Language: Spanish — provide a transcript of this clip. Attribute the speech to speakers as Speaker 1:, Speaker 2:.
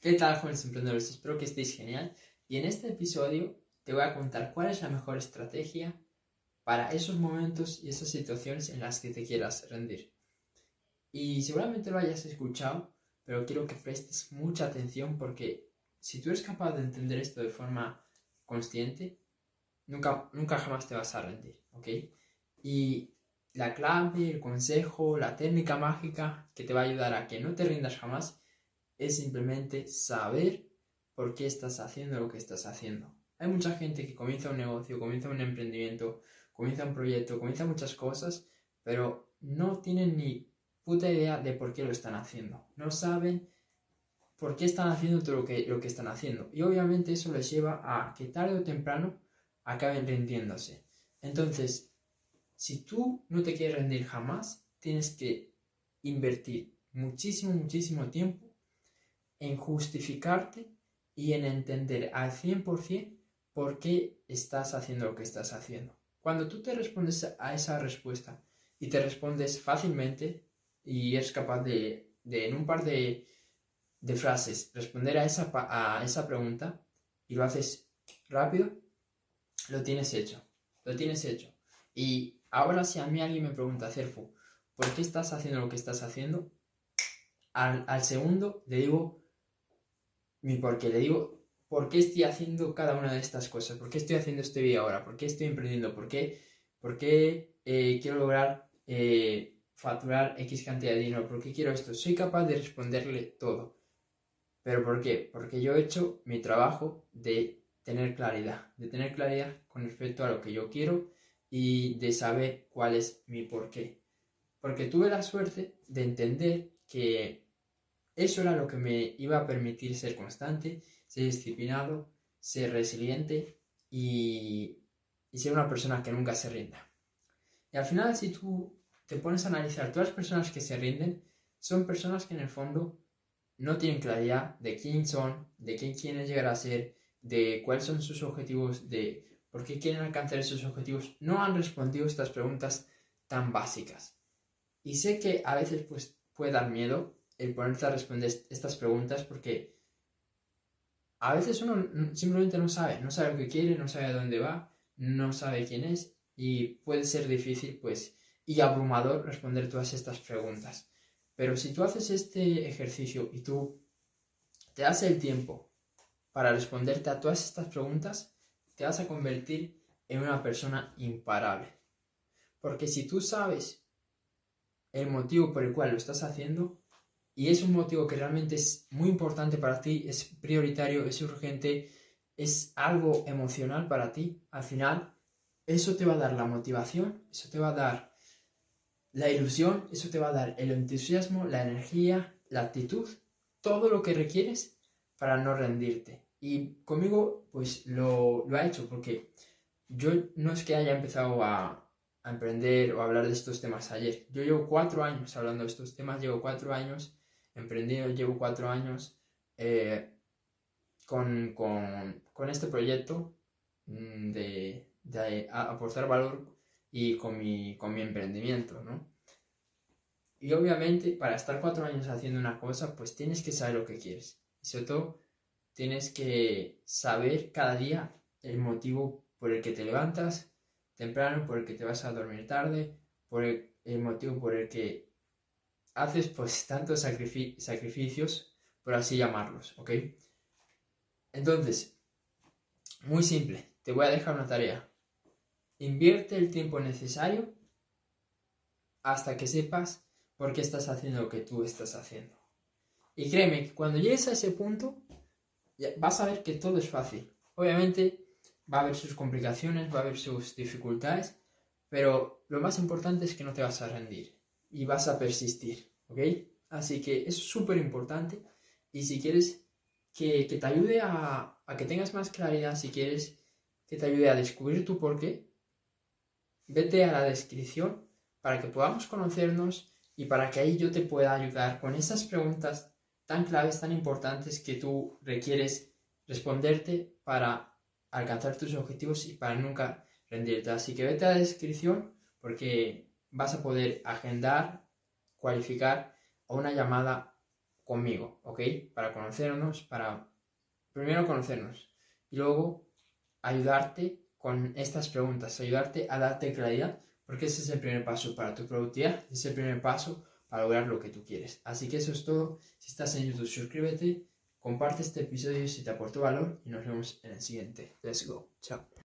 Speaker 1: ¿Qué tal, jóvenes emprendedores? Espero que estéis genial. Y en este episodio te voy a contar cuál es la mejor estrategia para esos momentos y esas situaciones en las que te quieras rendir. Y seguramente lo hayas escuchado, pero quiero que prestes mucha atención porque si tú eres capaz de entender esto de forma consciente, nunca jamás te vas a rendir, ¿ok? Y la clave, el consejo, la técnica mágica que te va a ayudar a que no te rindas jamás es simplemente saber por qué estás haciendo lo que estás haciendo. Hay mucha gente que comienza un negocio, comienza un emprendimiento, comienza un proyecto, comienza muchas cosas, pero no tienen ni puta idea de por qué lo están haciendo. No saben por qué están haciendo todo lo que están haciendo. Y obviamente eso les lleva a que tarde o temprano acaben rindiéndose. Entonces, si tú no te quieres rendir jamás, tienes que invertir muchísimo tiempo en justificarte y en entender al 100% por qué estás haciendo lo que estás haciendo. Cuando tú te respondes a esa respuesta y te respondes fácilmente y eres capaz de en un par de frases responder a esa pregunta y lo haces rápido, lo tienes hecho. Lo tienes hecho. Y ahora si a mí alguien me pregunta, Cerfu, ¿por qué estás haciendo lo que estás haciendo? Al segundo le digo mi por qué. Le digo por qué estoy haciendo cada una de estas cosas. ¿Por qué estoy haciendo este vídeo ahora? ¿Por qué estoy emprendiendo? ¿Por qué quiero lograr facturar X cantidad de dinero? ¿Por qué quiero esto? Soy capaz de responderle todo. ¿Pero por qué? Porque yo he hecho mi trabajo de tener claridad con respecto a lo que yo quiero y de saber cuál es mi porqué. Porque tuve la suerte de entender que eso era lo que me iba a permitir ser constante, ser disciplinado, ser resiliente y ser una persona que nunca se rinda. Y al final, si tú te pones a analizar, todas las personas que se rinden son personas que en el fondo no tienen claridad de quién son, de quién quieren llegar a ser, de cuáles son sus objetivos, de por qué quieren alcanzar esos objetivos. No han respondido estas preguntas tan básicas. Y sé que a veces pues, puede dar miedo el ponerte a responder estas preguntas porque a veces uno simplemente no sabe lo que quiere, no sabe a dónde va, no sabe quién es y puede ser difícil pues y abrumador responder todas estas preguntas. Pero si tú haces este ejercicio y tú te das el tiempo para responderte a todas estas preguntas, te vas a convertir en una persona imparable. Porque si tú sabes el motivo por el cual lo estás haciendo y es un motivo que realmente es muy importante para ti, es prioritario, es urgente, es algo emocional para ti, al final eso te va a dar la motivación, eso te va a dar la ilusión, eso te va a dar el entusiasmo, la energía, la actitud, todo lo que requieres para no rendirte. Y conmigo pues lo ha hecho porque yo no es que haya empezado a emprender o a hablar de estos temas ayer. Yo llevo 4 años hablando de estos temas, llevo 4 años emprendido, llevo 4 años con este proyecto de aportar valor y con mi emprendimiento, ¿no? Y obviamente para estar 4 años haciendo una cosa, pues tienes que saber lo que quieres. Y sobre todo tienes que saber cada día el motivo por el que te levantas temprano, por el que te vas a dormir tarde, por el motivo por el que haces pues tantos sacrificios, por así llamarlos, ¿ok? Entonces, muy simple, te voy a dejar una tarea. Invierte el tiempo necesario hasta que sepas por qué estás haciendo lo que tú estás haciendo. Y créeme que cuando llegues a ese punto, vas a ver que todo es fácil. Obviamente va a haber sus complicaciones, va a haber sus dificultades, pero lo más importante es que no te vas a rendir y vas a persistir, ¿ok? Así que es súper importante y si quieres que te ayude a que tengas más claridad, si quieres que te ayude a descubrir tu porqué, vete a la descripción para que podamos conocernos y para que ahí yo te pueda ayudar con esas preguntas tan claves, tan importantes que tú requieres responderte para alcanzar tus objetivos y para nunca rendirte. Así que vete a la descripción porque vas a poder agendar, cualificar a una llamada conmigo, ¿ok? Para conocernos, primero conocernos y luego ayudarte con estas preguntas, ayudarte a darte claridad, porque ese es el primer paso para tu productividad, es el primer paso para lograr lo que tú quieres. Así que eso es todo. Si estás en YouTube, suscríbete, comparte este episodio si te aportó valor y nos vemos en el siguiente. Let's go. Chao.